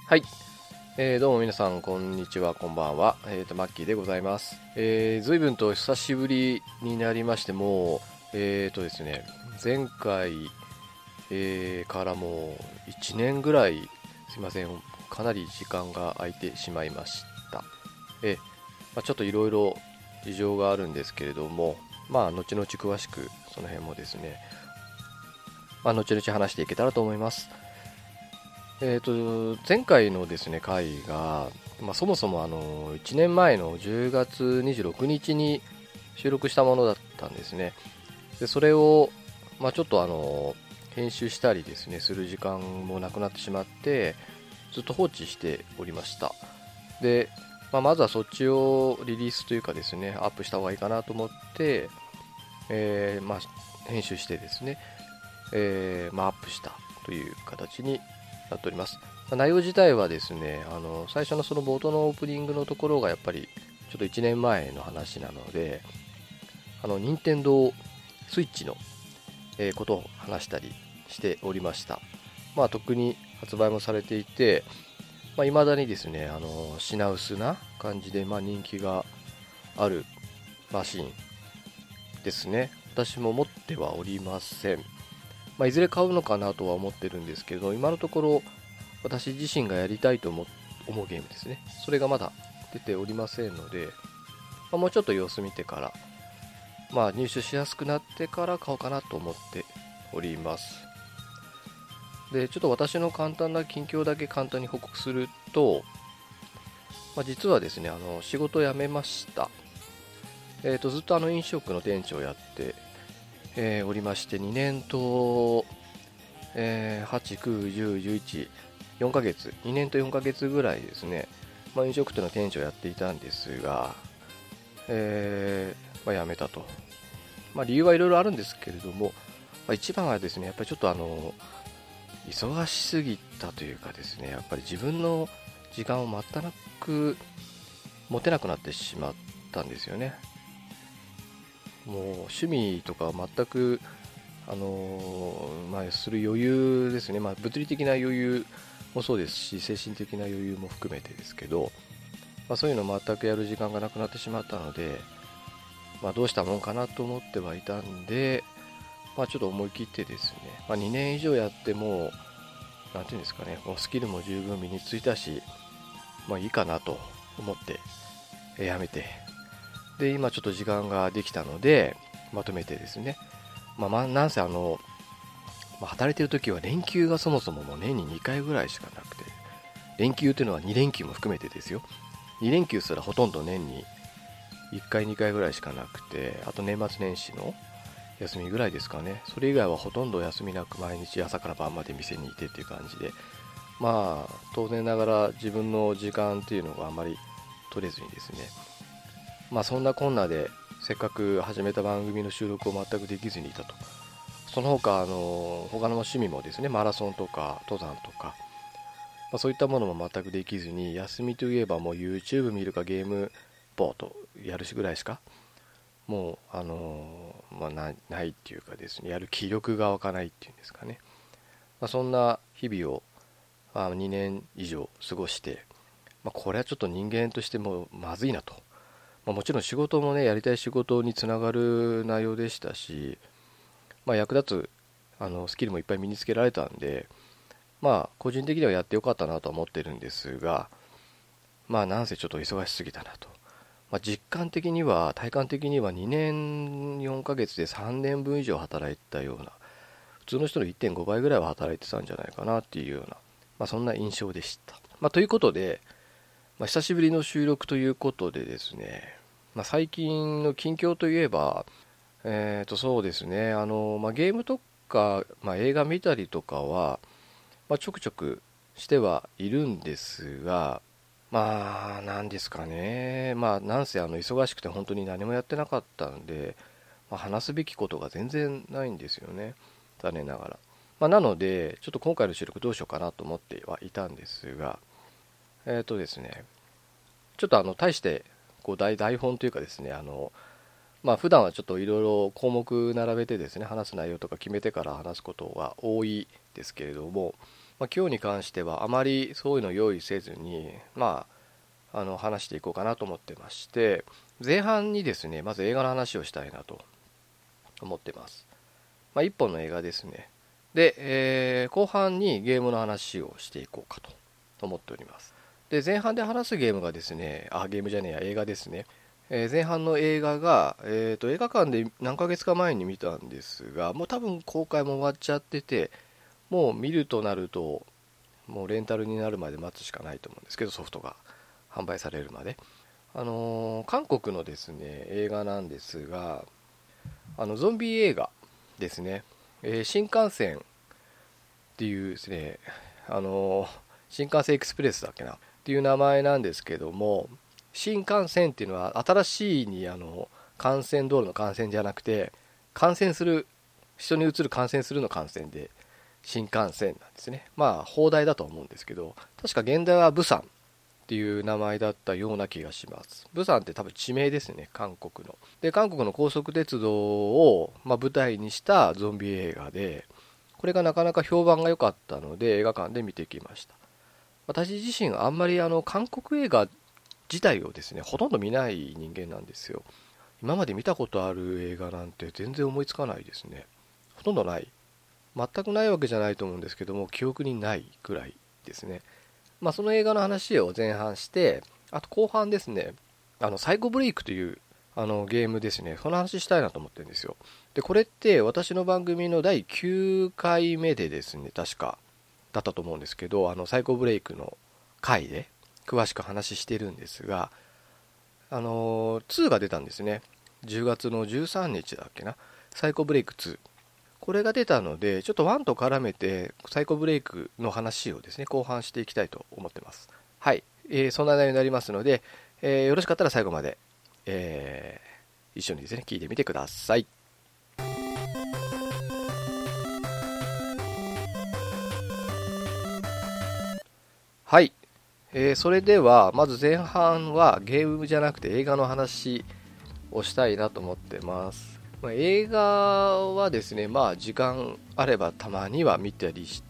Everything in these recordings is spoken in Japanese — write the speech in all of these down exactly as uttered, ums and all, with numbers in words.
はい、えー、どうも皆さんこんにちは、こんばんは。えーとマッキーでございます。えー、随分と久しぶりになりまして、もうえーとですね前回、えーからもういちねんぐらい、すいません、かなり時間が空いてしまいました。えーまあ、ちょっといろいろ事情があるんですけれども、まあ後々詳しくその辺もですね、まあ、後々話していけたらと思います。えーと、前回のですね、回が、まあ、そもそもあの、いちねんまえのじゅうがつにじゅうろくにちに収録したものだったんですね。で、それを、まあ、ちょっとあの、編集したりですね、する時間もなくなってしまって、ずっと放置しておりました。で、まあ、まずはそっちをリリースというかですね、アップした方がいいかなと思って、えーまあ、編集してですね、えーまあ、アップしたという形になっております。内容自体はですね、あの最初のその冒頭のオープニングのところがやっぱりちょっといちねんまえの話なので、あの任天堂スイッチの、えーことを話したりしておりました。まあ、特に発売もされていて、まあ、未だにですね、あの品薄な感じで、まあ、人気があるマシンですね。私も持ってはおりません。まあ、いずれ買うのかなとは思ってるんですけど、今のところ私自身がやりたいと思思うゲームですね。それがまだ出ておりませんので、まあ、もうちょっと様子見てから、まあ、入手しやすくなってから買おうかなと思っております。で、ちょっと私の簡単な近況だけ簡単に報告すると、まあ、実はですね、あの仕事を辞めました。えー、とずっとあの飲食の店長をやって、えーおりまして、にねんと、えーはち、く、じゅう、じゅういち、よんかげつ、にねんとよんかげつぐらいですね、まあ、飲食店の店長をやっていたんですが、えーまあ、辞めたと。まあ、理由はいろいろあるんですけれども、まあ、一番はですね、やっぱりちょっとあの、忙しすぎたというかですね、やっぱり自分の時間を全く持てなくなってしまったんですよね。もう趣味とか全く、あのーまあ、する余裕ですね、まあ、物理的な余裕もそうですし、精神的な余裕も含めてですけど、まあ、そういうのを全くやる時間がなくなってしまったので、まあ、どうしたもんかなと思ってはいたんで、まあ、ちょっと思い切ってですね、まあ、にねん以上やっても、なんていうんですかね、もうスキルも十分身についたし、まあいいかなと思ってえやめて、で、今ちょっと時間ができたので、まとめてですね、まあ、まあなんせあの、まあ、働いてる時は連休がそもそももう年ににかいぐらいしかなくて、連休っていうのはに連休も含めてですよ。に連休すらほとんど年にいっかいにかいぐらいしかなくて、あと年末年始の休みぐらいですかね。それ以外はほとんど休みなく毎日朝から晩まで店にいてっていう感じで、まあ当然ながら自分の時間っていうのがあまり取れずにですね、まあそんなこんなでせっかく始めた番組の収録を全くできずにいたと。その他あの他の趣味もですね、マラソンとか登山とか、まあ、そういったものも全くできずに、休みといえばもう YouTube 見るかゲームボーとやるしぐらいしかもうあのーまあ、なないっていうかですね、やる気力が湧かないっていうんですかね、まあ、そんな日々を、まあ、にねん以上過ごして、まあ、これはちょっと人間としてもまずいなと、まあ、もちろん仕事もね、やりたい仕事につながる内容でしたし、まあ、役立つあのスキルもいっぱい身につけられたんで、まあ個人的にはやってよかったなとは思ってるんですが、まあなんせちょっと忙しすぎたなと。まあ、実感的には、体感的にはにねんよんかげつでさんねんぶん以上働いたような、普通の人のいってんごばいぐらいは働いてたんじゃないかなっていうような、まあ、そんな印象でした。まあ、ということで、まあ、久しぶりの収録ということでですね、まあ、最近の近況といえば、えーとそうですね、あの、まあ、ゲームとか、まあ、映画見たりとかは、まあ、ちょくちょくしてはいるんですが、まあ、なんですかね。まあ、なんせあの忙しくて本当に何もやってなかったんで、まあ、話すべきことが全然ないんですよね。残念ながら。まあ、なので、ちょっと今回の収録どうしようかなと思ってはいたんですが、えっとですね、ちょっとあの、大して、こう台、台本というかですね、あの、まあ、普段はちょっといろいろ項目並べてですね、話す内容とか決めてから話すことが多いですけれども、 まあ、今日に関してはあまりそういうのを用意せずに、まあ、あの話していこうかなと思ってまして、前半にですねまず映画の話をしたいなと思ってます。まあ、いっぽんの映画ですね。で、えー後半にゲームの話をしていこうかと思っております。で、前半で話すゲームがですね、あ、ゲームじゃねえや、映画ですね。えー前半の映画が、えーと、映画館で何ヶ月か前に見たんですが、もう多分公開も終わっちゃってて、もう見るとなると、もうレンタルになるまで待つしかないと思うんですけど、ソフトが販売されるまで。あのー韓国のですね、映画なんですが、あのゾンビ映画ですね、えー新幹線っていうですね、あの新幹線エクスプレスだっけなっていう名前なんですけども、新幹線っていうのは新しいにあの幹線道路の幹線じゃなくて、感染する人にうつる感染するの感染で新幹線なんですね。まあ放題だと思うんですけど、確か現代はブサンっていう名前だったような気がします。ブサンって多分地名ですね、韓国の。で、韓国の高速鉄道を、まあ、舞台にしたゾンビ映画で、これがなかなか評判が良かったので映画館で見てきました。私自身あんまりあの韓国映画自体をですねほとんど見ない人間なんですよ。今まで見たことある映画なんて全然思いつかないですね。ほとんどない。全くないわけじゃないと思うんですけども、記憶にないくらいですね。まあその映画の話を前半して、あと後半ですね、あのサイコブレイクというあのゲームですね、その話したいなと思ってるんですよ。でこれって私の番組のだいきゅうかいめでですね、確かだったと思うんですけど、あのサイコブレイクの回で詳しく話してるんですが、あのにが出たんですね。じゅうがつのじゅうさんにちだっけな、サイコブレイクに、これが出たのでちょっとワンと絡めてサイコブレイクの話をですね後半していきたいと思ってます。はい、えーそんな内容になりますので、えーよろしかったら最後まで、えー一緒にですね聞いてみてください。はい、えーそれではまず前半はゲームじゃなくて映画の話をしたいなと思ってます。まあ、映画はですね、まあ時間あればたまには見たりして、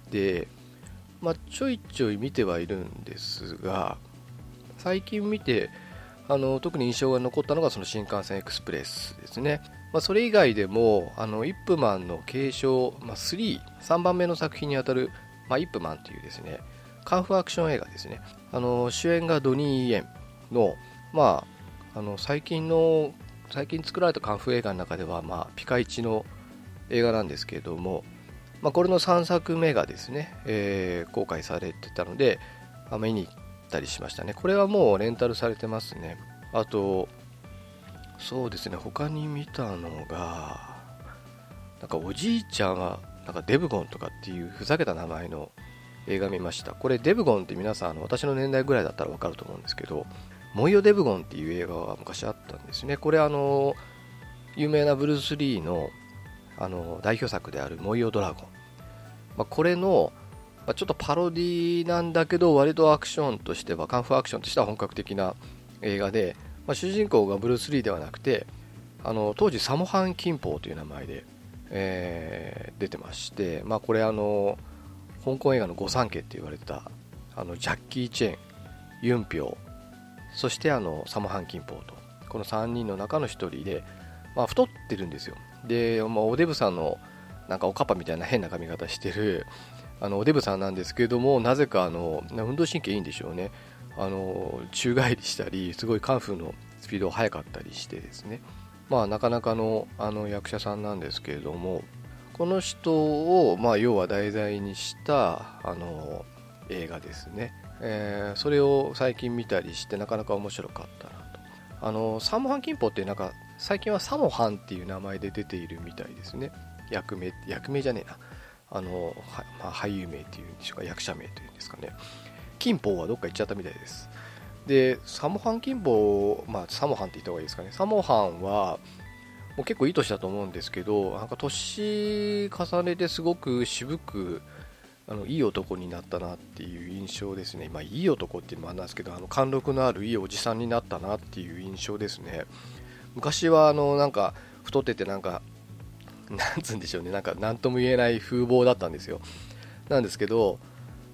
まあ、ちょいちょい見てはいるんですが、最近見てあの特に印象が残ったのがその新幹線エクスプレスですね。まあ、それ以外でもあのイップマンの継承、まあ、スリー、さんばんめの作品にあたる、まあ、イップマンというですねカンフーアクション映画ですね。あの主演がドニー・イエンの、まあ、あの最近の最近作られたカンフー映画の中では、まあ、ピカイチの映画なんですけれども、まあ、これのさんさくめがですね、えー公開されてたので、まあ見に行ったりしましたね。これはもうレンタルされてますね。あとそうですね、他に見たのがなんかおじいちゃんがなんかデブゴンとかっていうふざけた名前の映画見ました。これデブゴンって皆さんあの私の年代ぐらいだったらわかると思うんですけど、モイオデブゴンっていう映画が昔あったんですね。これあの有名なブルース・リーのあの代表作であるモイオドラゴン、まあ、これの、まあ、ちょっとパロディなんだけど割とアクションとしてはカンフーアクションとしては本格的な映画で、まあ、主人公がブルース・リーではなくてあの当時サモハン・キンポーという名前で、えー出てまして、まあ、これあの香港映画の御三家って言われてたあのジャッキー・チェン、ユンピョウ、そしてあのサモハン・キンポーと、このさんにんの中のひとりで、まあ、太ってるんですよ。で、まあ、おデブさんのなんかおかっぱみたいな変な髪型してるあのおデブさんなんですけれども、なぜかあの運動神経いいんでしょうね。あの宙返りしたりすごいカンフーのスピード速かったりしてですね、まあなかなかのあの役者さんなんですけれども、この人をまあ要は題材にしたあの映画ですね。えーそれを最近見たりしてなかなか面白かったなと。あのサモハン・キンポってなんか最近はサモハンっていう名前で出ているみたいですね。役名役名じゃねえな、あの、はまあ、俳優名っていうんでしょうか、役者名というんですかね。キンポはどっか行っちゃったみたいです。でサモハン・キンポ、まあサモハンって言った方がいいですかね。サモハンはもう結構いい年だと思うんですけど、なんか年重ねてすごく渋くあのいい男になったなっていう印象ですね。まあいい男っていうのもあるんですけど、あの貫禄のあるいいおじさんになったなっていう印象ですね。昔はあのなんか太っててなんかなんつうんでしょうね、なんか何とも言えない風貌だったんですよ。なんですけど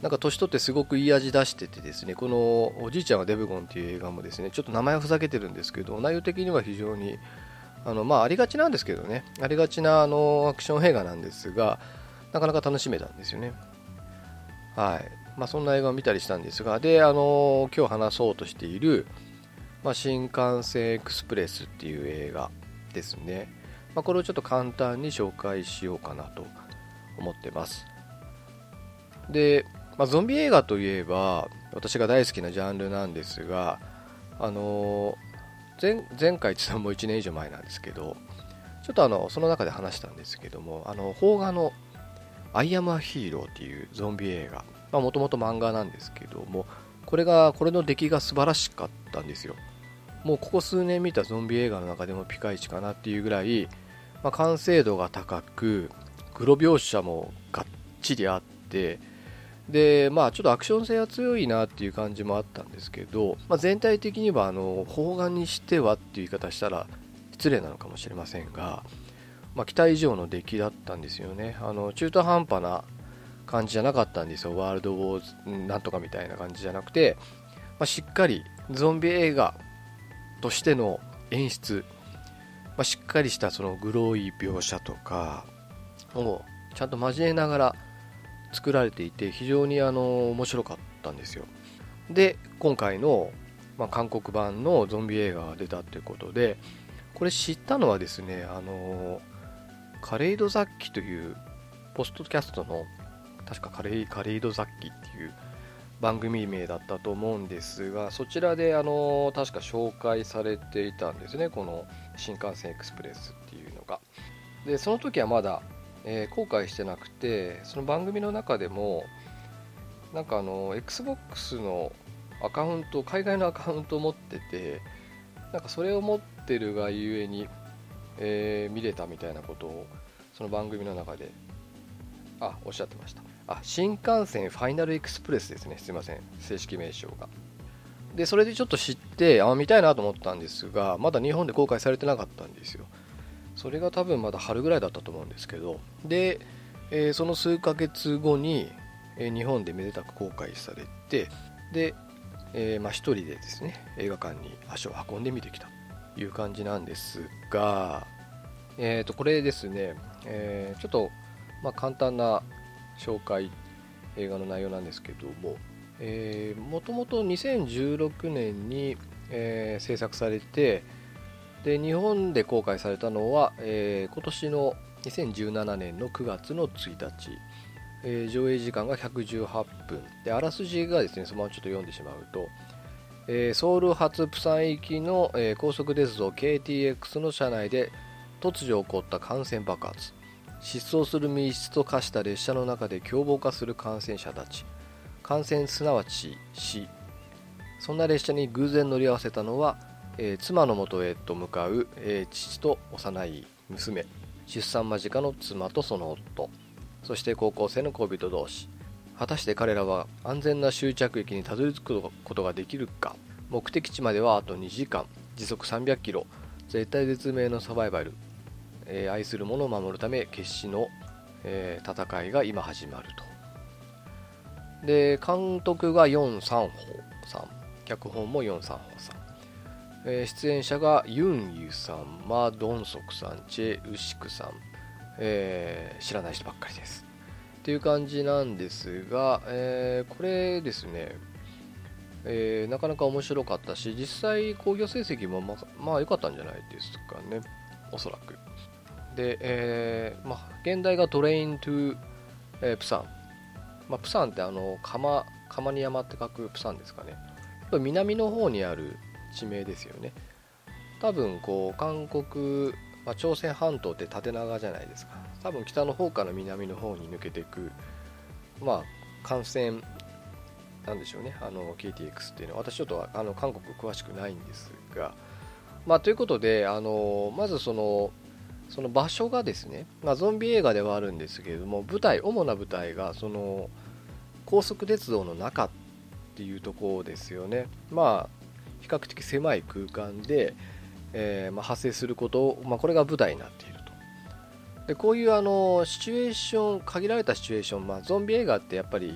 なんか年取ってすごくいい味出しててですね、このおじいちゃんはデブゴンっていう映画もですね、ちょっと名前はふざけてるんですけど、内容的には非常にあのまあありがちなんですけどね、ありがちなあのアクション映画なんですが、なかなか楽しめたんですよね。はい。まあそんな映画を見たりしたんですが、で、あの今日話そうとしている、まあ、新幹線エクスプレスっていう映画ですね。まあ、これをちょっと簡単に紹介しようかなと思ってます。で、まあ、ゾンビ映画といえば私が大好きなジャンルなんですが、あの前, 前回って言ったらもういちねん以上前なんですけど、ちょっとあのその中で話したんですけども、あの邦画のアイアムアヒーローっていうゾンビ映画、もともと漫画なんですけども、これがこれの出来が素晴らしかったんですよ。もうここ数年見たゾンビ映画の中でもピカイチかなっていうぐらい、まあ、完成度が高く、グロ描写もがっちりあって、でまあちょっとアクション性が強いなっていう感じもあったんですけど、まあ、全体的にはあの邦画にしてはっていう言い方したら失礼なのかもしれませんが、まあ、期待以上の出来だったんですよね。あの中途半端な感じじゃなかったんですよ。ワールドウォーズなんとかみたいな感じじゃなくて、まあ、しっかりゾンビ映画としての演出、まあ、しっかりしたそのグロい描写とかをちゃんと交えながら作られていて、非常にあの面白かったんですよ。で今回の、まあ、韓国版のゾンビ映画が出たということで、これ知ったのはですね、あのカレイド雑記というポストキャストの、確かカレイ、カレイド雑記っていう番組名だったと思うんですが、そちらであの確か紹介されていたんですね、この新幹線エクスプレスっていうのが。でその時はまだ、えー、公開してなくて、その番組の中でもなんかあの Xbox のアカウント、海外のアカウントを持ってて、なんかそれを持ってるがゆえに、えー見れたみたいなことをその番組の中であおっしゃってました。あ、新幹線ファイナルエクスプレスですね、すいません、正式名称が。でそれでちょっと知って、あ見たいなと思ったんですが、まだ日本で公開されてなかったんですよ。それが多分まだ春ぐらいだったと思うんですけど、で、えーその数ヶ月後に、えー日本でめでたく公開されて、で、えーまあ、一人でですね映画館に足を運んで見てきたという感じなんですが、えー、とこれですね、えーちょっと、まあ、簡単な紹介、映画の内容なんですけども、えー、もともとにせんじゅうろくねんに、えー制作されて、で日本で公開されたのは、えー今年のにせんじゅうななねんのくがつのついたち、えー上映時間がひゃくじゅうはっぷんで、あらすじがですね、そのままちょっと読んでしまうと、えーソウル発プサン行きの、えー高速鉄道 ケーティーエックス の車内で突如起こった感染爆発、失踪する密室と化した列車の中で凶暴化する感染者たち、感染すなわち死、そんな列車に偶然乗り合わせたのは、えー妻の元へと向かう、えー父と幼い娘、出産間近の妻とその夫、そして高校生の恋人同士。果たして彼らは安全な終着駅にたどり着くことができるか。目的地まではあとにじかん、時速さんびゃくキロ、絶対絶命のサバイバル、えー愛する者を守るため決死の、えー戦いが今始まると。で監督がヨン・サンホさん、脚本もヨン・サンホさん、えー出演者がユン・ユさん、マ・ドンソクさん、チェ・ウシクさん、えー知らない人ばっかりですっていう感じなんですが、えーこれですね、えーなかなか面白かったし、実際興行成績もままあ良かったんじゃないですかね、おそらく。で、えーまあ、現代がトレイントゥ、えープサン、まあ、プサンってあの釜釜に山って書くプサンですかね。南の方にある地名ですよね。多分こう韓国、まあ、朝鮮半島って縦長じゃないですか。多分北の方から南の方に抜けていく、まあ幹線なんでしょうね、あの ケーティーエックス っていうのは。私ちょっとあの韓国詳しくないんですが、まあということで、あのまずそのその場所がですね、まあ、ゾンビ映画ではあるんですけれども、舞台主な舞台がその高速鉄道の中っていうところですよね。まあ比較的狭い空間で、えーまあ、発生することを、まあ、これが舞台になっていると。でこういうあのシチュエーション、限られたシチュエーション、まあ、ゾンビ映画ってやっぱり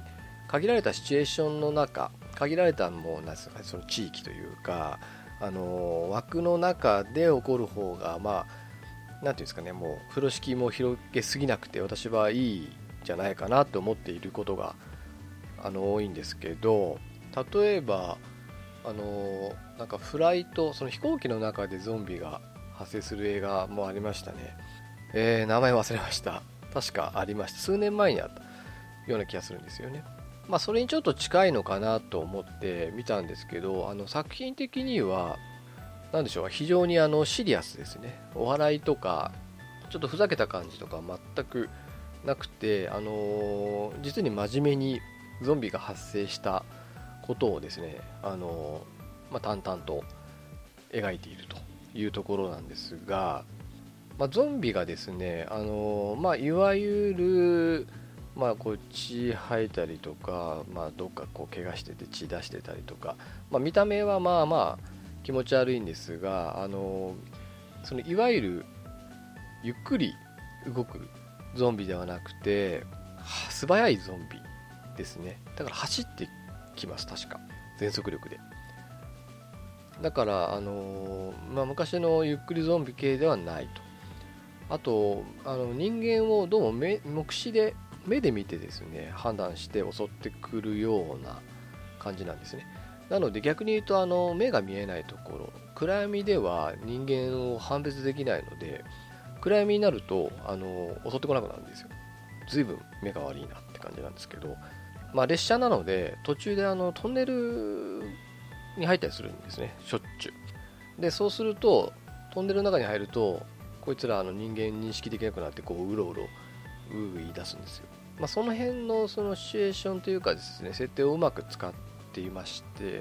限られたシチュエーションの中、限られたもうなんですか、その地域というか、あの枠の中で起こる方が、まあなんていうんですかね、もう風呂敷も広げすぎなくて私はいいんじゃないかなと思っていることがあの多いんですけど、例えばあのなんかフライト、その飛行機の中でゾンビが発生する映画もありましたね。えー、名前忘れました。確かありました。数年前にあったような気がするんですよね。まあそれにちょっと近いのかなと思って見たんですけど、あの作品的には何でしょう、非常にあのシリアスですね。お笑いとかちょっとふざけた感じとか全くなくて、あのー実に真面目にゾンビが発生したことをですね、あのーまあ、淡々と描いているというところなんですが、まあ、ゾンビがですね、あのーまあ、いわゆる、まあ、こう血吐いたりとか、まあ、どっかこう怪我してて血出してたりとか、まあ、見た目はまあまあ気持ち悪いんですが、あのーそのいわゆるゆっくり動くゾンビではなくて素早いゾンビですね。だから走ってきます、確か全速力で。だからあのーまあ、昔のゆっくりゾンビ系ではないと。あとあの人間をどうも目目視で目で見てですね判断して襲ってくるような感じなんですね。なので逆に言うと、あの目が見えないところ、暗闇では人間を判別できないので、暗闇になるとあの襲ってこなくなるんですよ。随分目が悪いなって感じなんですけど、まあ、列車なので途中であのトンネルに入ったりするんですね、しょっちゅう。でそうするとトンネルの中に入るとこいつらあの人間認識できなくなってこううろうろうう言い出すんですよ。まあ、その辺のそのシチュエーションというかですね、設定をうまく使っていまして、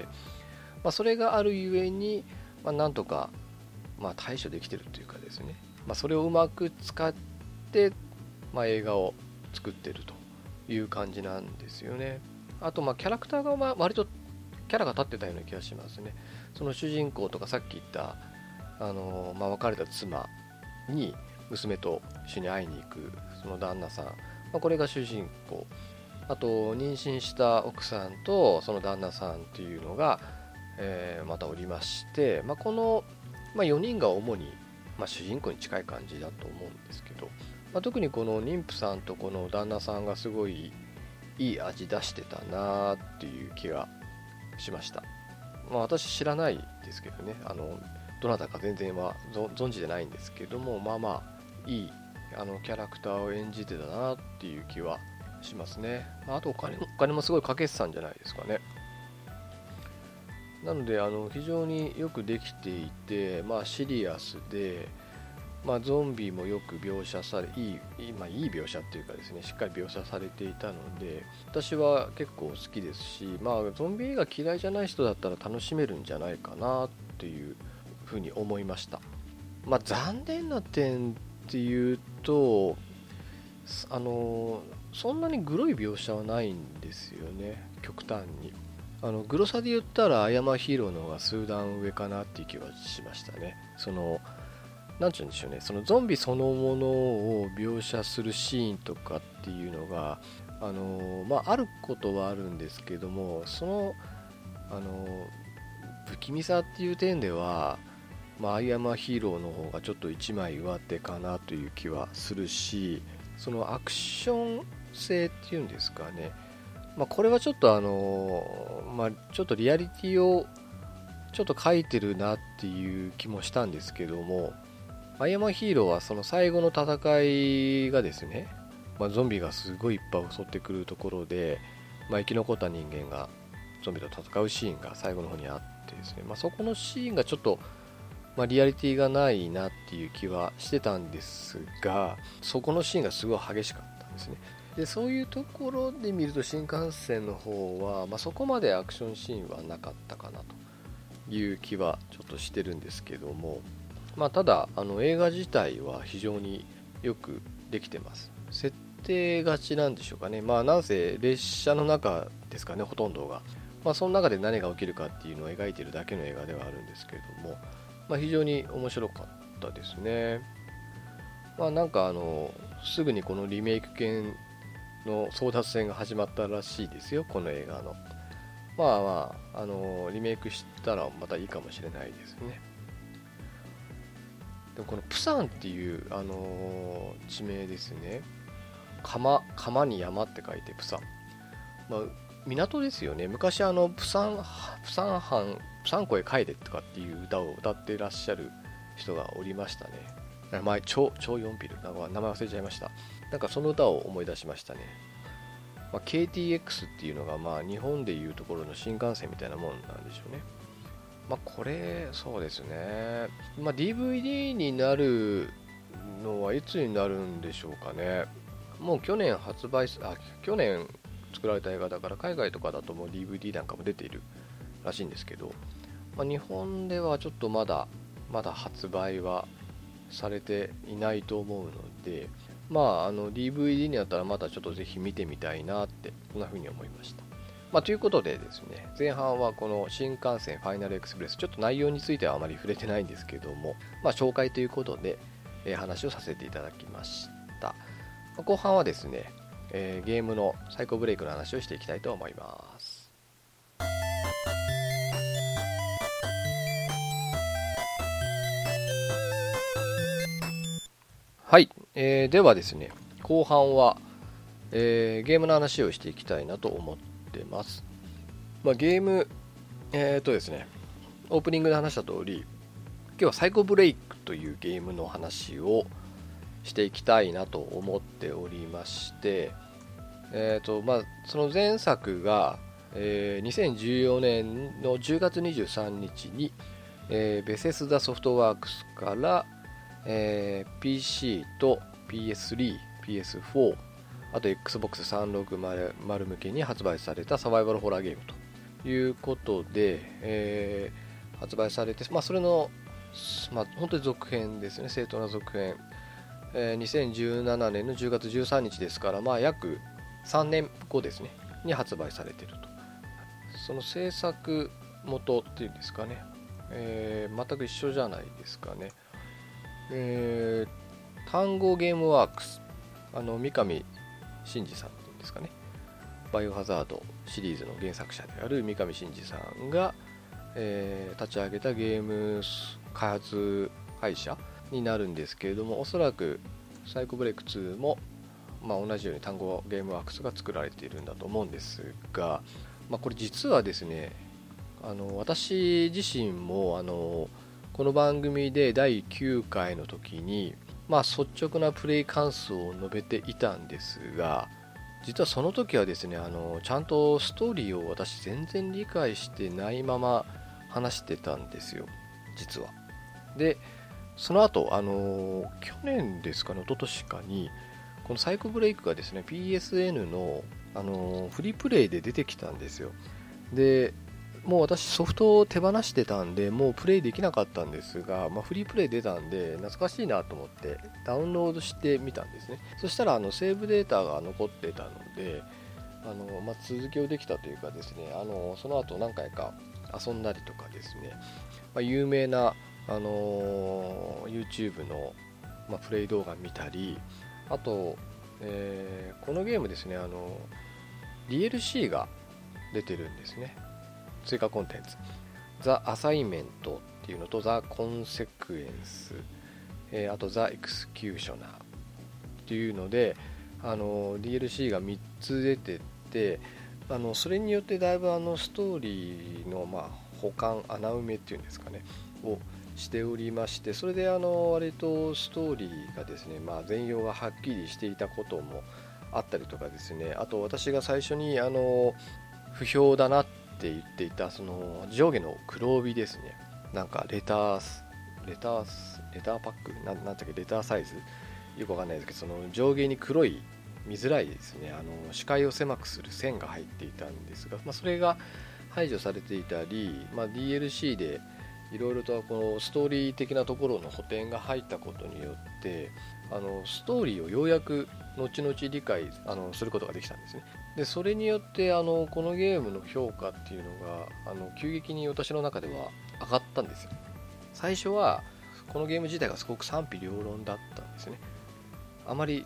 まあ、それがあるゆえに、まあ、なんとかまあ対処できてるというかですね、まあ、それをうまく使って、まあ、映画を作ってるという感じなんですよね。あとまあキャラクターがまあ割とキャラが立ってたような気がしますね。その主人公とかさっき言ったあの、まあ、別れた妻に娘と一緒に会いに行くその旦那さん、まあ、これが主人公。あと妊娠した奥さんとその旦那さんっていうのが、えーまたおりまして、まあ、この、まあ、よにんが主に、まあ、主人公に近い感じだと思うんですけど、まあ、特にこの妊婦さんとこの旦那さんがすごいいい味出してたなっていう気がしました。まあ、私知らないですけどね、あのどなたか全然は存じてないんですけども、まあまあいいあのキャラクターを演じてたなっていう気はしますね。あとお金お金もすごいかけてたんじゃないですかね。なのであの非常によくできていて、まあ、シリアスで、まあ、ゾンビもよく描写されいい、いいまあ、いい描写っていうかですね、しっかり描写されていたので私は結構好きですし、まあ、ゾンビ映画嫌いじゃない人だったら楽しめるんじゃないかなっていうふうに思いました。まあ、残念な点っていうとあのそんなにグロい描写はないんですよね、極端に。あのグロさで言ったらアイアムヒーローの方が数段上かなっていう気はしましたね。そのなんて言うんでしょうね、そのゾンビそのものを描写するシーンとかっていうのがあの、まあ、あることはあるんですけども、そのあの不気味さっていう点では、まあ、アイアムヒーローの方がちょっと一枚上手かなという気はするし、そのアクション性っていうんですかね、まあ、これはちょっとあの、まあ、ちょっとリアリティをちょっと書いてるなっていう気もしたんですけども、アイアムヒーローはその最後の戦いがですね、まあ、ゾンビがすごいいっぱい襲ってくるところで、まあ、生き残った人間がゾンビと戦うシーンが最後の方にあってですね、まあ、そこのシーンがちょっと、まあ、リアリティがないなっていう気はしてたんですが、そこのシーンがすごい激しかったんですね。でそういうところで見ると新幹線の方は、まあ、そこまでアクションシーンはなかったかなという気はちょっとしてるんですけども、まあ、ただあの映画自体は非常によくできてます。設定勝ちなんでしょうかね。まあなんせ列車の中ですかね、ほとんどが。まあ、その中で何が起きるかっていうのを描いているだけの映画ではあるんですけれども、まあ、非常に面白かったですね。まあなんかあのすぐにこのリメイク犬の争奪戦が始まったらしいですよ、この映画の。まあまあ、あのリメイクしたらまたいいかもしれないですね。でもこのプサンっていう、あの地名ですね。釜、釜に山って書いてプサン。まあ、港ですよね。昔あのプサン、プサン藩、プサン湖へ帰れとかっていう歌を歌っていらっしゃる人がおりましたね。前、超、超ヨンピル。なんか名前忘れちゃいました。なんかその歌を思い出しましたね。まあ、ケーティーエックス っていうのがまあ日本でいうところの新幹線みたいなもんなんでしょうね。まあこれ、そうですね。まあ ディーブイディー になるのはいつになるんでしょうかね。もう去年発売、あ、去年作られた映画だから海外とかだともう ディーブイディー なんかも出ているらしいんですけど、まあ、日本ではちょっとまだまだ発売はされていないと思うので、まああの ディーブイディー になったらまたちょっとぜひ見てみたいなってこんな風に思いました。まあ、ということでですね、前半はこの新幹線ファイナルエクスプレス、ちょっと内容についてはあまり触れてないんですけども、まあ、紹介ということで、えー話をさせていただきました。後半はですね、えーゲームのサイコブレイクの話をしていきたいと思います。はい、えーではですね、後半は、えーゲームの話をしていきたいなと思ってます。まあ、ゲーム、えーとですね、オープニングで話した通り、今日はサイコブレイクというゲームの話をしていきたいなと思っておりまして、えーとまあ、その前作が、えーにせんじゅうよねんのじゅうがつにじゅうさんにちに、えーベセスダソフトワークスから、えー ピーシー と ピーエススリー、ピーエスフォー、あと エックスボックスさんびゃくろくじゅう 向けに発売されたサバイバルホラーゲームということで、えー発売されて、まあ、それの、まあ、本当に続編ですね、正当な続編、えーにせんじゅうななねんのじゅうがつじゅうさんにちですから、まあ、約さんねんごですねに発売されていると。その制作元っていうんですかね、えー全く一緒じゃないですかね。えー単語ゲームワークス、あの三上真司さんっていうんですかね、バイオハザードシリーズの原作者である三上真司さんが、えー立ち上げたゲーム開発会社になるんですけれども、おそらくサイコブレイクツーも、まあ、同じように単語ゲームワークスが作られているんだと思うんですが、まあ、これ実はですね、あの私自身もあのこの番組でだいきゅうかいの時に、まあ、率直なプレイ感想を述べていたんですが、実はその時はですね、あのちゃんとストーリーを私全然理解してないまま話してたんですよ、実は。でその後、あの去年ですかね、一昨年かにこのサイコブレイクがですね ピーエスエヌ の、あのフリープレイで出てきたんですよ。でもう私ソフトを手放してたんでもうプレイできなかったんですが、まあ、フリープレイ出たんで懐かしいなと思ってダウンロードしてみたんですね。そしたらあのセーブデータが残ってたので、あの、まあ、続きをできたというかですね、あのその後何回か遊んだりとかですね、まあ、有名な、あの YouTube の、まあ、プレイ動画見たり、あと、えーこのゲームですね、あの ディーエルシー が出てるんですね、追加コンテンツ。ザ・アサイメントっていうのとザ・コンセクエンス、えーあとザ・エクスキューショナーっていうので、あの ディーエルシー がみっつ出てて、あのそれによってだいぶあのストーリーの、まあ、補完穴埋めっていうんですかねをしておりまして、それであの割とストーリーがですね、まあ、全容がはっきりしていたこともあったりとかですね、あと私が最初にあの不評だなって言っていたその上下の黒帯ですね、なんかレターレターレターパックな ん, なんだっけレターサイズよくわかんないですけど、その上下に黒い見づらいですね、あの視界を狭くする線が入っていたんですが、まあ、それが排除されていたり、まあ、ディーエルシー でいろいろとこのストーリー的なところの補填が入ったことによってあのストーリーをようやく後々理解あのすることができたんですね。でそれによってあのこのゲームの評価っていうのがあの急激に私の中では上がったんですよ。最初はこのゲーム自体がすごく賛否両論だったんですね。あまり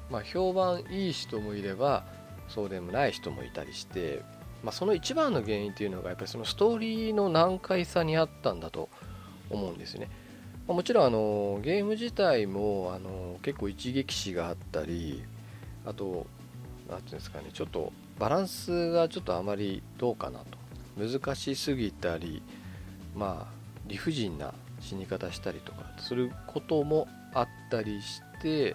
まあ、評判いい人もいればそうでもない人もいたりして、まあ、その一番の原因っていうのがやっぱりそのストーリーの難解さにあったんだと思うんですね。まあ、もちろんあのゲーム自体もあの結構一撃死があったり、あとなんていうんですかね、ちょっとバランスがちょっとあまりどうかなと、難しすぎたり、まあ理不尽な死に方したりとかすることもあったりして、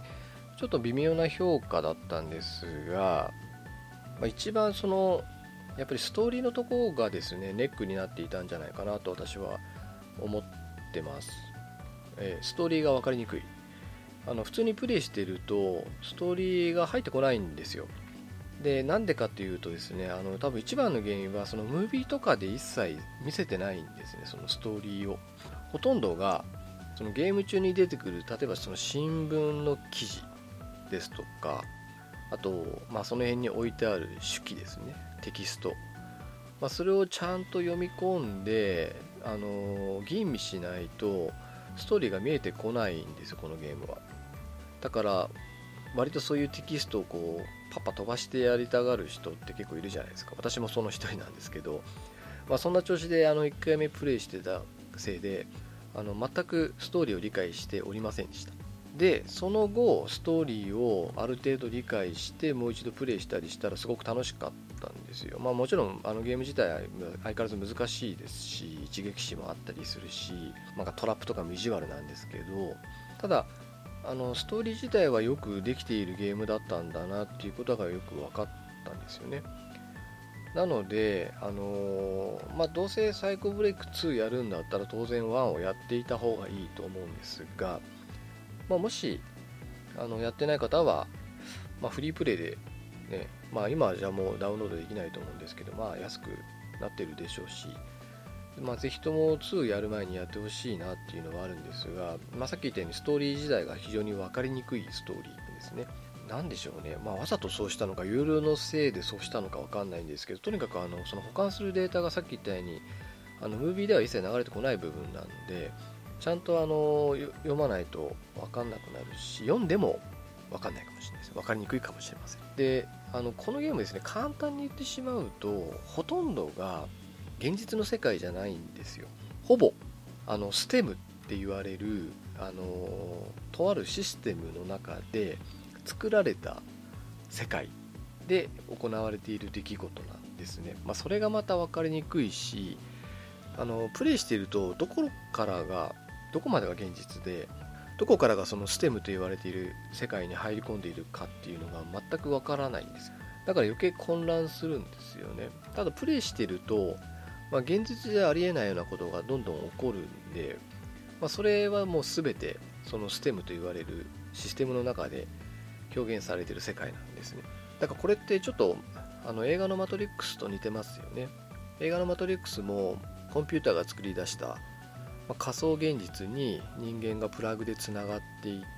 ちょっと微妙な評価だったんですが、まあ、一番そのやっぱりストーリーのところがですねネックになっていたんじゃないかなと私は思ってます。えー、ストーリーが分かりにくい。あの普通にプレイしているとストーリーが入ってこないんですよ。でなんでかっていうとですね、あの多分一番の原因はそのムービーとかで一切見せてないんですね、そのストーリーを。ほとんどがそのゲーム中に出てくる、例えばその新聞の記事ですとか、あと、まあ、その辺に置いてある手記ですね、テキスト、まあ、それをちゃんと読み込んで、あの吟味しないとストーリーが見えてこないんですよ、このゲームは。だから割とそういうテキストをこうパッパ飛ばしてやりたがる人って結構いるじゃないですか。私もその一人なんですけど、まあ、そんな調子であのいっかいめプレイしてたせいであの全くストーリーを理解しておりませんでした。でその後ストーリーをある程度理解してもう一度プレイしたりしたらすごく楽しかったんですよ。まあもちろんあのゲーム自体は相変わらず難しいですし、一撃死もあったりするし、なんかトラップとかも意地悪なんですけど、ただあのストーリー自体はよくできているゲームだったんだなっていうことがよく分かったんですよね。なので、あのーまあ、どうせサイコブレイクツーやるんだったら当然ワンをやっていた方がいいと思うんですが、まあ、もしあのやってない方は、まあ、フリープレイで、ね、まあ、今はじゃあもうダウンロードできないと思うんですけど、まあ、安くなってるでしょうし、まあ、ぜひともツーやる前にやってほしいなっていうのはあるんですが、まあ、さっき言ったようにストーリー自体が非常に分かりにくいストーリーですね。なんでしょうね、まあ、わざとそうしたのか有料のせいでそうしたのか分かんないんですけど、とにかくあのその保管するデータがさっき言ったようにあのムービーでは一切流れてこない部分なんで、ちゃんとあの読まないと分かんなくなるし、読んでも分かんないかもしれないです。分かりにくいかもしれません。であのこのゲームですね、簡単に言ってしまうとほとんどが現実の世界じゃないんですよ。ほぼあのステムって言われるあのとあるシステムの中で作られた世界で行われている出来事なんですね。まあ、それがまた分かりにくいし、あのプレイしているとどこからがどこまでが現実でどこからがそのステムと言われている世界に入り込んでいるかっていうのが全く分からないんです。だから余計混乱するんですよね。ただプレイしていると、まあ、現実でありえないようなことがどんどん起こるんで、まあ、それはもう全てそのステムと言われるシステムの中で表現されている世界なんですね。だからこれってちょっとあの映画のマトリックスと似てますよね。映画のマトリックスもコンピューターが作り出した、まあ、仮想現実に人間がプラグでつながっていって、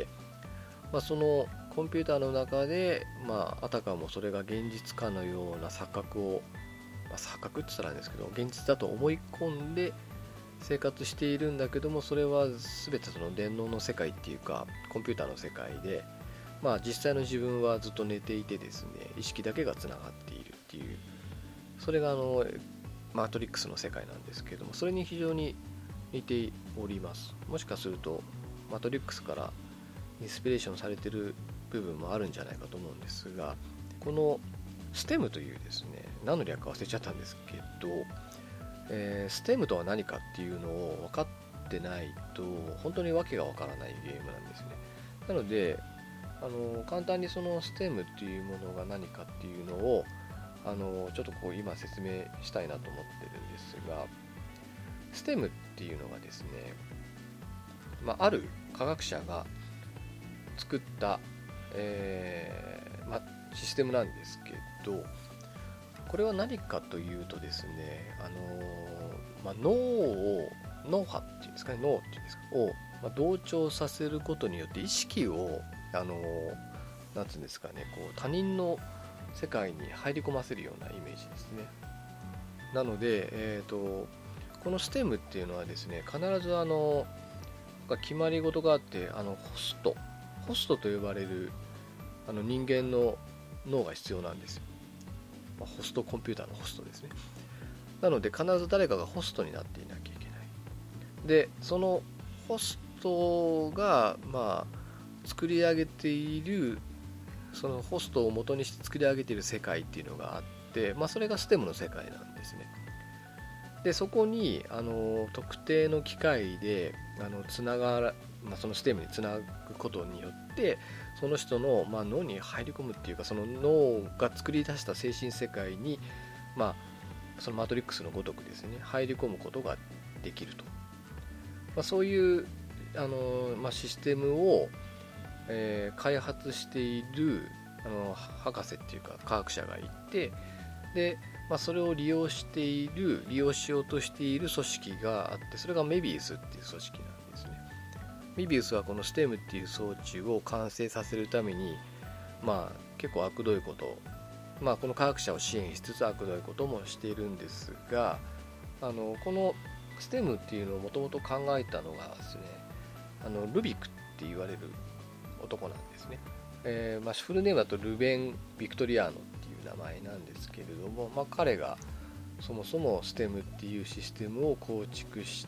まあ、そのコンピューターの中で、まあ、あたかもそれが現実かのような錯覚を、まあ、錯覚って言ったらあれですけど現実だと思い込んで生活しているんだけども、それは全てその電脳の世界っていうかコンピューターの世界で、まあ、実際の自分はずっと寝ていてですね、意識だけがつながっているっていう、それがあのマトリックスの世界なんですけども、それに非常に似ております。もしかするとマトリックスからインスピレーションされている部分もあるんじゃないかと思うんですが、このステムというですね、何の略か忘れちゃったんですけど、えー、ステムとは何かっていうのを分かってないと本当に訳が分からないゲームなんですね。なのであの簡単にそのステムっていうものが何かっていうのをあのちょっとこう今説明したいなと思ってるんですが、ステムっていうのがですね、まあ、ある科学者が作った、えーまあ、システムなんですけど、これは何かというとですね、あのまあ、脳を脳波っていうんですかね、脳っていうんですかを、まあ、同調させることによって意識をあのなんていうんですかね、こう他人の世界に入り込ませるようなイメージですね。なので、えーと、このステムっていうのはですね、必ずあの決まり事があって、あのホストホストと呼ばれるあの人間の脳が必要なんですよ、まあ、ホストコンピューターのホストですね。なので必ず誰かがホストになっていなきゃいけない。でそのホストがまあ作り上げている、そのホストを元にして作り上げている世界っていうのがあって、まあ、それがステムの世界なんですね。でそこにあの特定の機械であのつながら、まあ、そのステムにつなぐことによってその人の、まあ、脳に入り込むっていうか、その脳が作り出した精神世界に、まあ、そのマトリックスのごとくですね入り込むことができると、まあ、そういうあの、まあ、システムを、えー、開発しているあの博士っていうか科学者がいて、で、まあ、それを利用している利用しようとしている組織があって、それがメビウスっていう組織なんですね。メビウスはこのステムっていう装置を完成させるために、まあ、結構悪どいことを、まあ、この科学者を支援しつつ悪どいこともしているんですが、あのこのステムっていうのをもともと考えたのがですね、あのルビックって言われる男なんですね。えーまあ、フルネームだとルベン・ビクトリアーノっていう名前なんですけれども、まあ、彼がそもそもステムっていうシステムを構築して、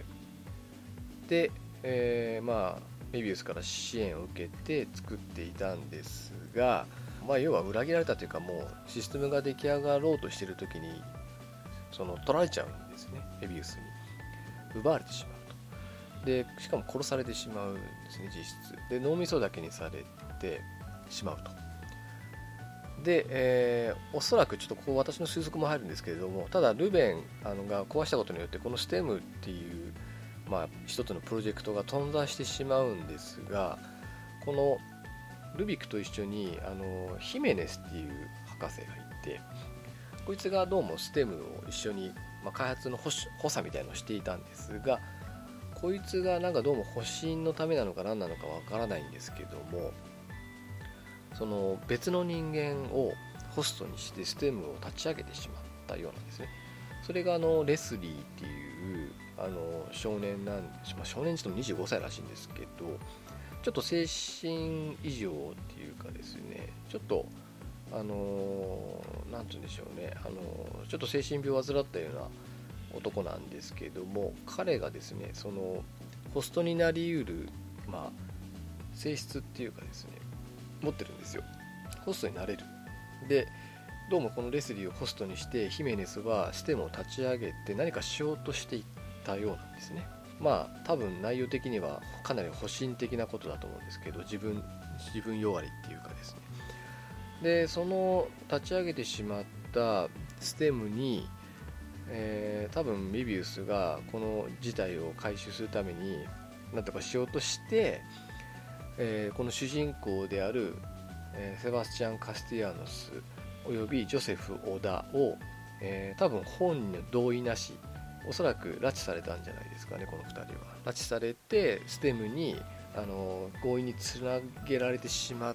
で、えー、まあメビウスから支援を受けて作っていたんですが、まあ、要は裏切られたというか、もうシステムが出来上がろうとしている時にその取られちゃうんですね。メビウスに奪われてしまうと。でしかも殺されてしまうんですね、実質で。脳みそだけにされてしまうと。で、えー、おそらくちょっとここ私の推測も入るんですけれども、ただルベンあのが壊したことによってこのステムっていう、まあ、一つのプロジェクトが頓挫してしまうんですが、このルビックと一緒にあのヒメネスっていう博士がいて、こいつがどうもステムを一緒に、まあ、開発の補佐みたいなのをしていたんですが、こいつがなんかどうも保身のためなのか何なのかわからないんですけども、その別の人間をホストにしてステムを立ち上げてしまったようなんですね。それがあのレスリーっていうあの少年なんで、まあ、少年って言ってもにじゅうごさいらしいんですけど、ちょっと精神異常っていうかですね、ちょっとあのなんて言うんでしょうね、あのちょっと精神病を患ったような男なんですけども、彼がですねそのホストになりうる、まあ、性質っていうかですね持ってるんですよ。ホストになれる。でどうもこのレスリーをホストにしてヒメネスはステムを立ち上げて何かしようとしていったようなんですね。まあ多分内容的にはかなり保身的なことだと思うんですけど、自分自分弱りっていうかですね。でその立ち上げてしまったステムに、えー、多分メビウスがこの事態を回収するために何とかしようとして、えー、この主人公である、えー、セバスチャン・カスティアノスおよびジョセフ・オダを、えー、多分本人の同意なし、おそらく拉致されたんじゃないですかね。このふたりは拉致されてステムにあの強引につなげられてしまって、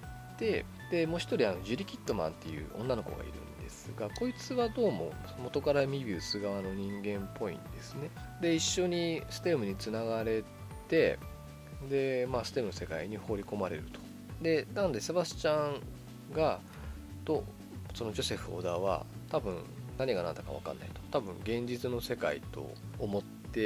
でもう一人あのジュリ・キットマンっていう女の子がいるんですが、こいつはどうも元からミビウス側の人間っぽいんですね。で一緒にステムにつながれて、で、まあ、ステムの世界に放り込まれると。でなのでセバスチャンがとそのジョセフ・オダは多分何が何だか分かんないと、多分現実の世界と思って、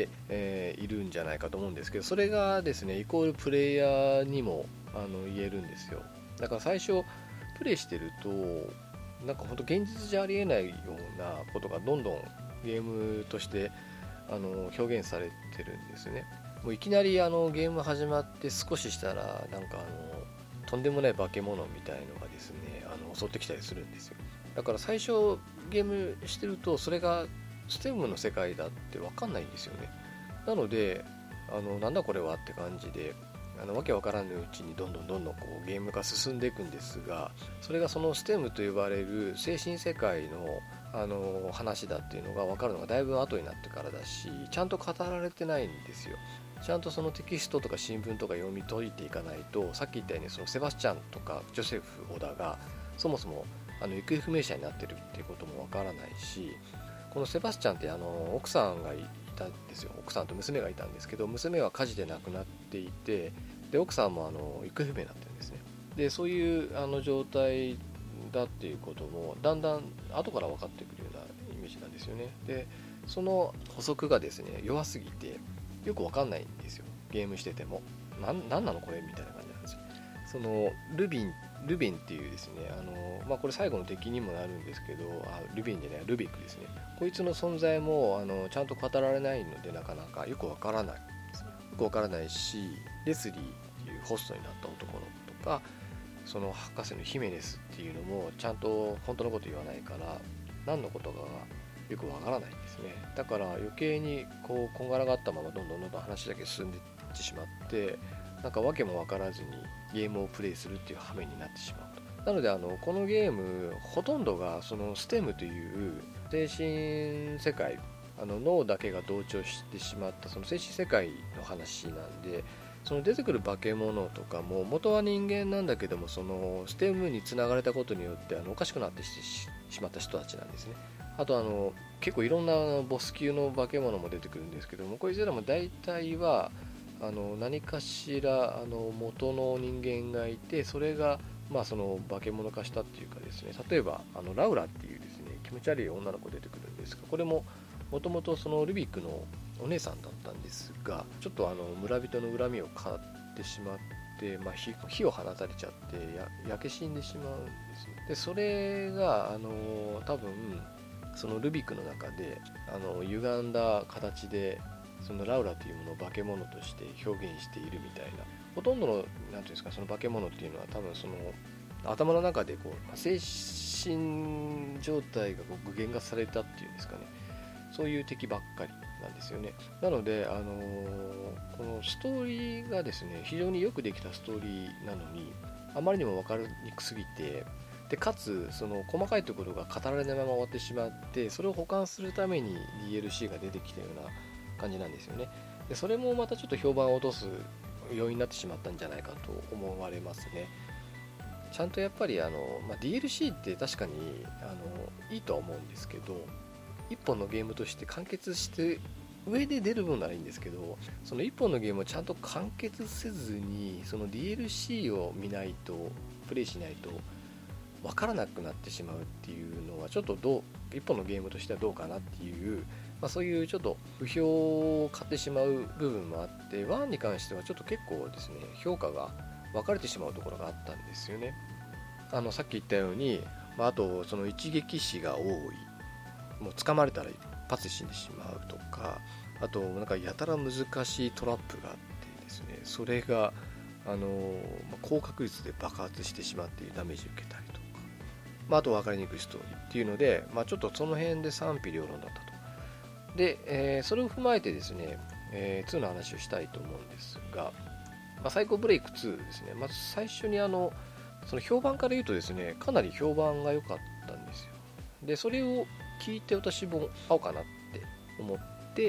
えー、いるんじゃないかと思うんですけど、それがですねイコールプレイヤーにもあの言えるんですよ。だから最初プレイしてるとなんか本当現実じゃありえないようなことがどんどんゲームとしてあの表現されてるんですね。もういきなりあのゲーム始まって少ししたらなんかあのとんでもない化け物みたいのがですねあの襲ってきたりするんですよ。だから最初ゲームしてるとそれがステムの世界だって分かんないんですよね。なのであのなんだこれはって感じで、あのわけわからぬうちにどんどんどんどんこうゲームが進んでいくんですが、それがそのステムと呼ばれる精神世界のあの話だっていうのが分かるのがだいぶ後になってからだし、ちゃんと語られてないんですよ。ちゃんとそのテキストとか新聞とか読み解いていかないと、さっき言ったようにそのセバスチャンとかジョセフ・オダがそもそもあの行方不明者になってるっていうこともわからないし、このセバスチャンってあの奥さんがいたんですよ。奥さんと娘がいたんですけど、娘は火事で亡くなっていて、で奥さんもあの行方不明になってるんですね。 でそういうあの状態だっていうこともだんだん後から分かってくるようなイメージなんですよね。でその補足がですね弱すぎてよく分かんないんですよ、ゲームしてても。ななんなのこれみたいな感じなんですよ。そのルビンルビンっていうですね、あの、まあ、これ最後の敵にもなるんですけど、あルビンじゃないルビックですね。こいつの存在もあのちゃんと語られないのでなかなかよくわからないですね。よくわからないし、レスリーっていうホストになった男の子とか、その博士のヒメネスっていうのもちゃんと本当のこと言わないから何のことかがよくわからないんですね。だから余計にこうこんがらがったままどんどんどんどん話だけ進んでいってしまって、なんか訳も分からずにゲームをプレイするっていう羽目になってしまうと。なのであのこのゲームほとんどがそのステムという精神世界、あの脳だけが同調してしまったその精神世界の話なんで、その出てくる化け物とかも元は人間なんだけども、そのステムにつながれたことによってあのおかしくなってししまった人たちなんですね。あとあの結構いろんなボス級の化け物も出てくるんですけども、こいつらも大体はあの何かしらあの元の人間がいて、それがまあその化け物化したっていうかですね、例えばあのラウラっていうですね気持ち悪い女の子出てくるんですが、これももともとそのルビックのお姉さんだったんですが、ちょっとあの村人の恨みを買ってしまって、まあ、火, 火を放たれちゃってや焼け死んでしまうんですね。でそれがあの多分そのルビックの中であの歪んだ形でそのラウラというものを化け物として表現しているみたいな、ほとんどのなんていうんですか、その化け物っていうのは多分その頭の中でこう精神状態がこう具現化されたっていうんですかね、そういう敵ばっかりなんですよね。なので、あのー、このストーリーがですね非常によくできたストーリーなのに、あまりにも分かりにくすぎて、でかつその細かいところが語られないまま終わってしまって、それを補完するために ディーエルシー が出てきたような感じなんですよね。でそれもまたちょっと評判を落とす要因になってしまったんじゃないかと思われますね。ちゃんとやっぱりあの、まあ、ディーエルシー って確かにあのいいとは思うんですけど、一本のゲームとして完結して上で出る分ならいいんですけど、その一本のゲームをちゃんと完結せずにその ディーエルシー を見ないと、プレイしないと分からなくなってしまうっていうのはちょっとどう一本のゲームとしてはどうかなっていう、まあ、そういうちょっと不評を買ってしまう部分もあって、ワンに関してはちょっと結構ですね評価が分かれてしまうところがあったんですよね。あのさっき言ったように、まあ、あとその一撃死が多い、もう掴まれたら一発で死んでしまうとか、あとなんかやたら難しいトラップがあってですね、それがあの、まあ、高確率で爆発してしまってダメージを受けたりとか、まあ、あと分かりにくいストーリーっていうので、まあ、ちょっとその辺で賛否両論だったと。で、えー、それを踏まえてですね、えー、ツーの話をしたいと思うんですが、まあ、サイコブレイクツーですね。まず最初にあのその評判から言うとですね、かなり評判が良かったんですよ。でそれを聞いて私も買おうかなって思って、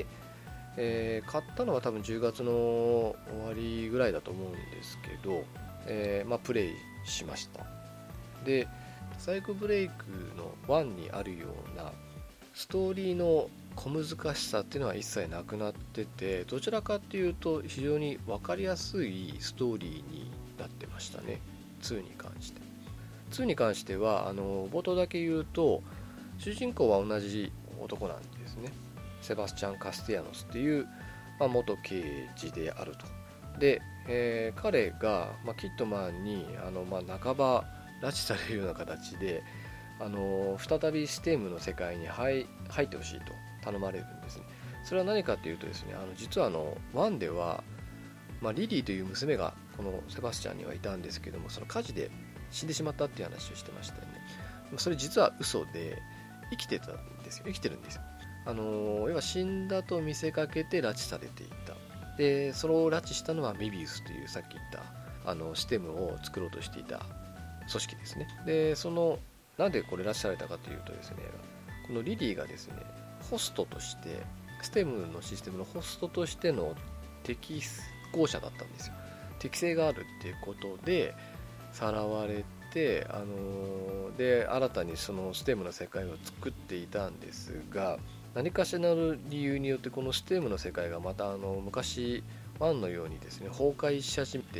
えー、買ったのは多分じゅうがつの終わりぐらいだと思うんですけど、えーまあ、プレイしました。でサイコブレイクのワンにあるようなストーリーの小難しさっていうのは一切なくなってて、どちらかっていうと非常に分かりやすいストーリーになってましたね、ツーに関して。ツーに関してはあの冒頭だけ言うと、主人公は同じ男なんですね。セバスチャン・カスティアノスっていう、まあ、元刑事であると。で、えー、彼が、まあ、キットマンにあの、まあ、半ば拉致されるような形であの再びステムの世界に入入ってほしいと頼まれるんですね。それは何かというとですね、あの実はあのワンでは、まあ、リリーという娘がこのセバスチャンにはいたんですけども、その火事で死んでしまったっていう話をしてましたよね。それ実は嘘で生きてたんですよ。生きてるんですよ。あの要は死んだと見せかけて拉致されていた。でそれを拉致したのはメビウスというさっき言ったあのステムを作ろうとしていた組織ですね。でそのなんでこれ拉致されたかというとですね、このリリーがですねホストとしてステムのシステムのホストとしての適合者だったんですよ。適性があるっていうことでさらわれて、あので新たにそのステムの世界を作っていたんですが、何かしらの理由によってこのステムの世界がまたあの昔ワンのようにですね崩壊し始めて、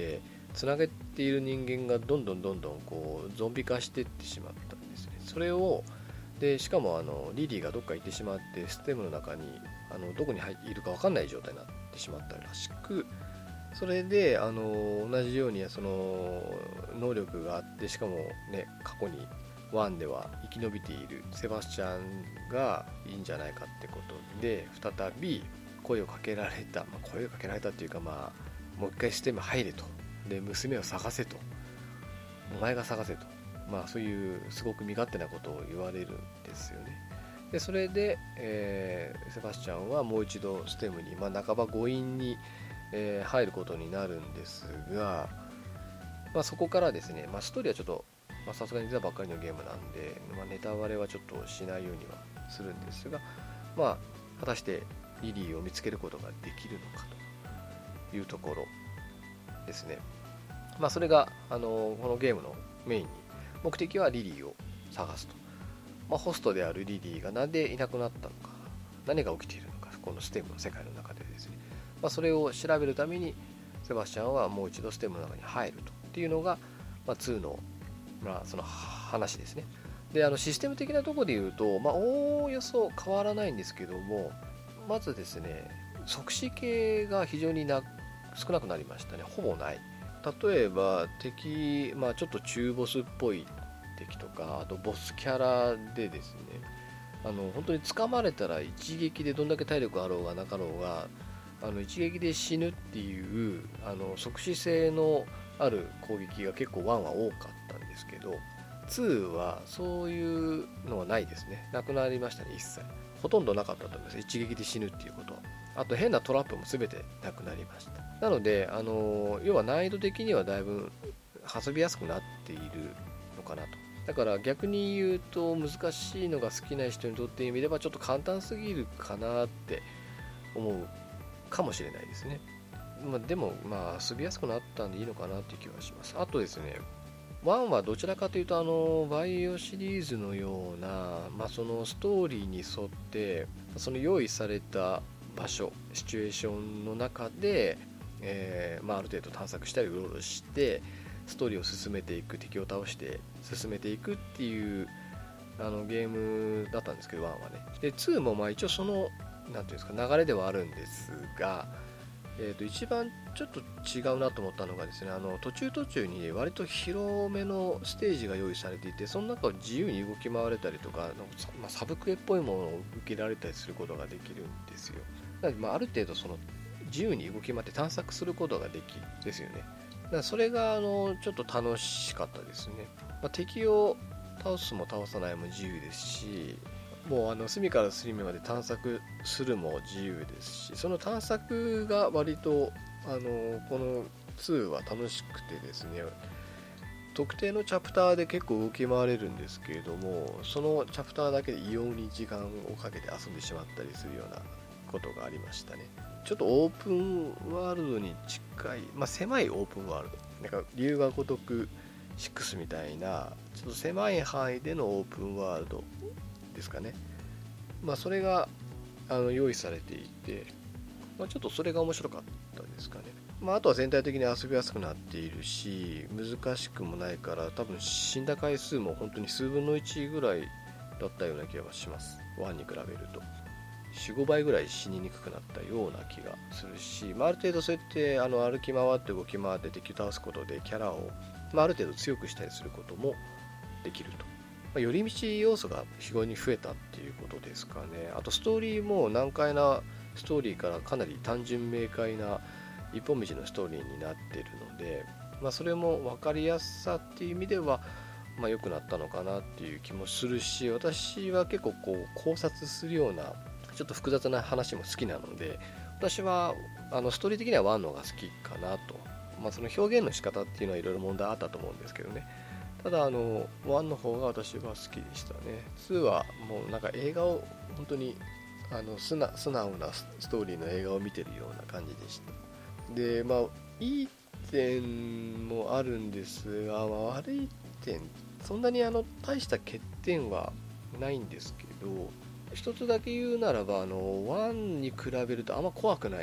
つなげている人間がどんどんどんどんこうゾンビ化していってしまったんですね。それをでしかもあのリリーがどっか行ってしまってシステムの中にあのどこに入いるか分かんない状態になってしまったらしく、それであの同じようにその能力があって、しかもね過去にワンでは生き延びているセバスチャンがいいんじゃないかってことで再び声をかけられた、まあ、声をかけられたっていうか、まあもう一回システム入れと、で娘を探せと、お前が探せと、まあそういうすごく身勝手なことを言われるんですよね。でそれで、えー、セバスチャンはもう一度ステムに、まあ、半ば強引に、えー、入ることになるんですが、まあ、そこからですね、まあ、ストーリーはちょっとさすがに出たばっかりのゲームなんで、まあ、ネタバレはちょっとしないようにはするんですが、まあ、果たしてリリーを見つけることができるのかというところですね。まあ、それがあのこのゲームのメインに、目的はリリーを探すと、まあ、ホストであるリリーがなんでいなくなったのか、何が起きているのか、このステムの世界の中でですね、まあ、それを調べるためにセバスチャンはもう一度ステムの中に入るとっていうのが、まあ、ツーの、まあ、その話ですね。であのシステム的なところで言うと、まあ、おおよそ変わらないんですけども、まずですね即死系が非常にな少なくなりましたね。ほぼない。例えば敵、まあ、ちょっと中ボスっぽい敵とか、あとボスキャラでですね、あの本当に掴まれたら一撃でどんだけ体力あろうがなかろうがあの一撃で死ぬっていうあの即死性のある攻撃が結構ワンは多かったんですけど、ツーはそういうのはないですね。なくなりましたね。一切ほとんどなかったと思います。一撃で死ぬっていうことは。あと変なトラップも全てなくなりました。なのであの要は難易度的にはだいぶ遊びやすくなっているのかなと。だから逆に言うと難しいのが好きな人にとってみればちょっと簡単すぎるかなって思うかもしれないですね。まあ、でもまあ遊びやすくなったんでいいのかなっていう気はします。あとですね、ワンはどちらかというとあのバイオシリーズのような、まあ、そのストーリーに沿ってその用意された場所シチュエーションの中で、えーまあ、ある程度探索したりうろうろしてストーリーを進めていく、敵を倒して進めていくっていうあのゲームだったんですけど、ワンはね。でツーもまあ一応そのなんていうんですか流れではあるんですが、えー、と一番ちょっと違うなと思ったのがですね、あの途中途中に割と広めのステージが用意されていて、その中を自由に動き回れたりとか、まあ、サブクエっぽいものを受けられたりすることができるんですよ。なので、まあ、ある程度その自由に動き回って探索することができるんですよね。だからそれがあのちょっと楽しかったですね。まあ、敵を倒すも倒さないも自由ですし、もうあの隅から隅まで探索するも自由ですし、その探索が割とあのこのツーは楽しくてですね、特定のチャプターで結構動き回れるんですけれども、そのチャプターだけで異様に時間をかけて遊んでしまったりするようなことがありましたね。ちょっとオープンワールドに近い、まあ、狭いオープンワールド、なんか竜が如くシックスみたいなちょっと狭い範囲でのオープンワールドですかね。まあそれがあの用意されていて、まあ、ちょっとそれが面白かったですかね。まあ、あとは全体的に遊びやすくなっているし難しくもないから、多分死んだ回数も本当に数分のいちぐらいだったような気がします。ワンに比べると よん,ご 倍ぐらい死ににくくなったような気がするし、まあ、ある程度そうやってあの歩き回って動き回って敵を倒すことでキャラを、まあ、ある程度強くしたりすることもできると。まあ、寄り道要素が非常に増えたっていうことですかね。あとストーリーも難解なストーリーからかなり単純明快な一本道のストーリーになっているので、まあ、それも分かりやすさっていう意味では、まあ、良くなったのかなっていう気もするし、私は結構こう考察するようなちょっと複雑な話も好きなので、私はあのストーリー的にはワンの方が好きかなと。まあ、その表現の仕方っていうのはいろいろ問題あったと思うんですけどね。ただあのワンの方が私は好きでしたね。ツーはもうなんか映画を本当にあの素な素直なストーリーの映画を見てるような感じでした。でまあいい点もあるんですが、まあ、悪い点そんなにあの大した欠点はないんですけど、一つだけ言うならばあのワンに比べるとあんま怖くない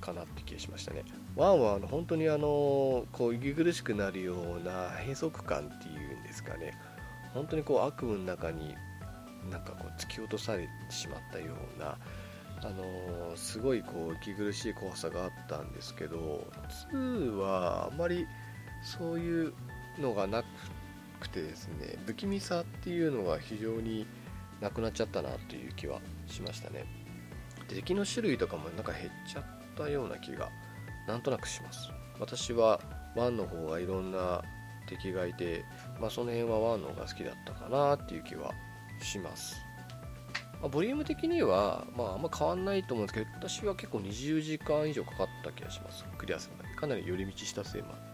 かなって気がしましたね。ワンはあの本当にあのこう息苦しくなるような閉塞感っていうんですかね、本当にこう悪夢の中になんかこう突き落とされてしまったような、あのー、すごいこう息苦しい怖さがあったんですけど、ツーはあまりそういうのがなくてですね、不気味さっていうのが非常になくなっちゃったなという気はしましたね。で、敵の種類とかもなんか減っちゃったような気がなんとなくします。私はワンの方がいろんな敵がいて、まあ、その辺はワンの方が好きだったかなっていう気はします。まあ、ボリューム的には、まあ、あんま変わんないと思うんですけど、私は結構にじゅうじかん以上かかった気がします。クリアするまでかなり寄り道したせいもあって、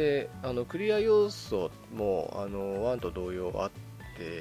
であのクリア要素もあのワンと同様あって、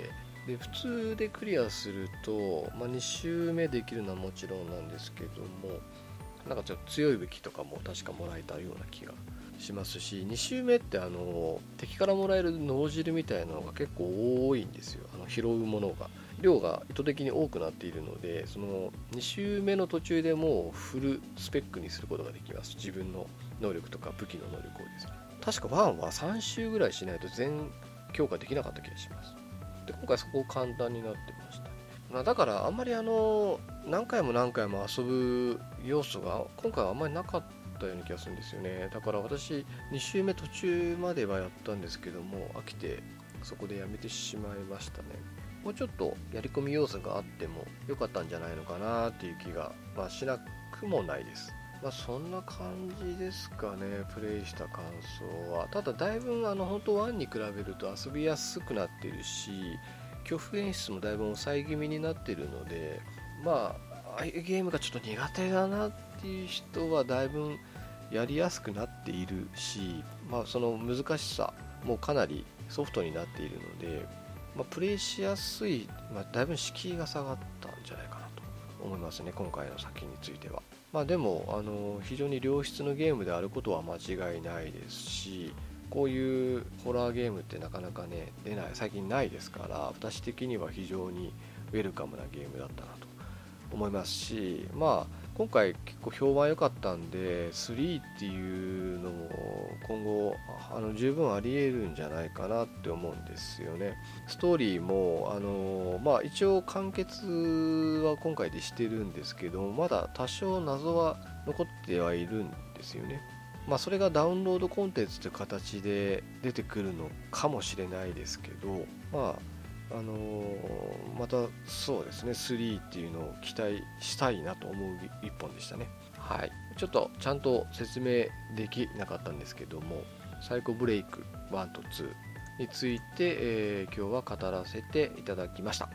で普通でクリアすると、まあ、に周目できるのはもちろんなんですけども、なんかちょっと強い武器とかも確かもらえたような気がしますし、に周目ってあの敵からもらえる脳汁みたいなのが結構多いんですよ。あの拾うものが量が意図的に多くなっているので、そのに周目の途中でもうフルスペックにすることができます。自分の能力とか武器の能力をですね。確かワンはさん周ぐらいしないと全強化できなかった気がします。で、今回そこ簡単になってました。まあ、だからあんまりあの何回も何回も遊ぶ要素が今回はあんまりなかったような気がするんですよね。だから私に周目途中まではやったんですけども、飽きてそこでやめてしまいましたね。もうちょっとやり込み要素があっても良かったんじゃないのかなっていう気が、まあ、しなくもないです。まあ、そんな感じですかね、プレイした感想は。ただだいぶあの本当ワンに比べると遊びやすくなってるし、恐怖演出もだいぶ抑え気味になっているので、まあああいうゲームがちょっと苦手だなっていう人はだいぶやりやすくなっているし、まあ、その難しさもかなりソフトになっているので、まあ、プレイしやすい、まあ、だいぶ敷居が下がったんじゃないかなと思いますね、今回の作品については。まあ、でもあの非常に良質のゲームであることは間違いないですし、こういうホラーゲームってなかなかね出ない、最近ないですから、私的には非常にウェルカムなゲームだったなと思いますし、まあ今回結構評判良かったんでスリーっていうのも今後あの十分あり得るんじゃないかなって思うんですよね。ストーリーもあの、まあ、一応完結は今回でしてるんですけど、まだ多少謎は残ってはいるんですよね。まあ、それがダウンロードコンテンツという形で出てくるのかもしれないですけど、まああのー、またそうですね、スリーっていうのを期待したいなと思う一本でしたね。はい、ちょっとちゃんと説明できなかったんですけども、サイコブレイクワンとツーについて、えー、今日は語らせていただきました。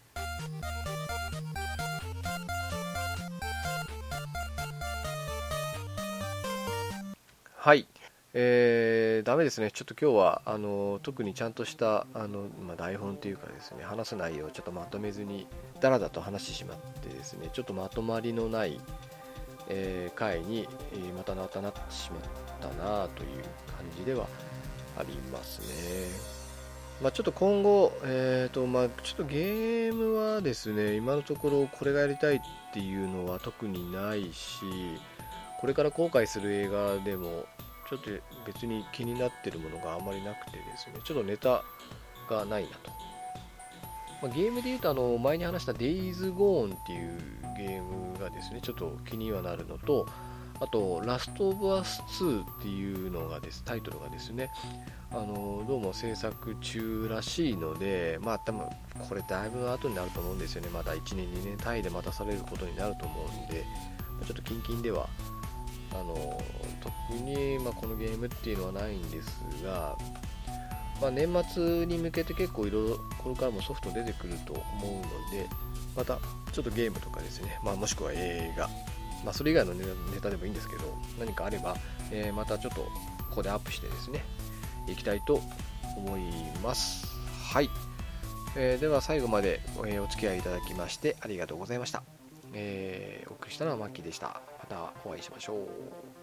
はい、えー、ダメですね。ちょっと今日はあの特にちゃんとしたあの、まあ、台本というかですね、話す内容をちょっとまとめずにダラダと話してしまってですね、ちょっとまとまりのない、えー、回に、えー、またまたなってしまったなという感じではありますね。まあ、ちょっと今後、えーとまあ、ちょっとゲームはですね、今のところこれがやりたいっていうのは特にないし、これから後悔する映画でもちょっと別に気になってるものがあまりなくてですね、ちょっとネタがないなと。まあ、ゲームでいうとあの前に話した Days Gone っていうゲームがですね、ちょっと気にはなるのと、あと Last of Us ツーっていうのがです、タイトルがですね、あのどうも制作中らしいので、まあ多分これだいぶ後になると思うんですよね。まだいちねんにねん単位で待たされることになると思うんで、ちょっとキンキンではあの特に、まあ、このゲームっていうのはないんですが、まあ、年末に向けて結構いろいろこれからもソフト出てくると思うので、またちょっとゲームとかですね、まあ、もしくは映画、まあ、それ以外のネタでもいいんですけど、何かあれば、えー、またちょっとここでアップしてですねいきたいと思います。はい、えー、では最後までお付き合いいただきましてありがとうございました。えー、お送りしたのはマッキーでした。またお会いしましょう。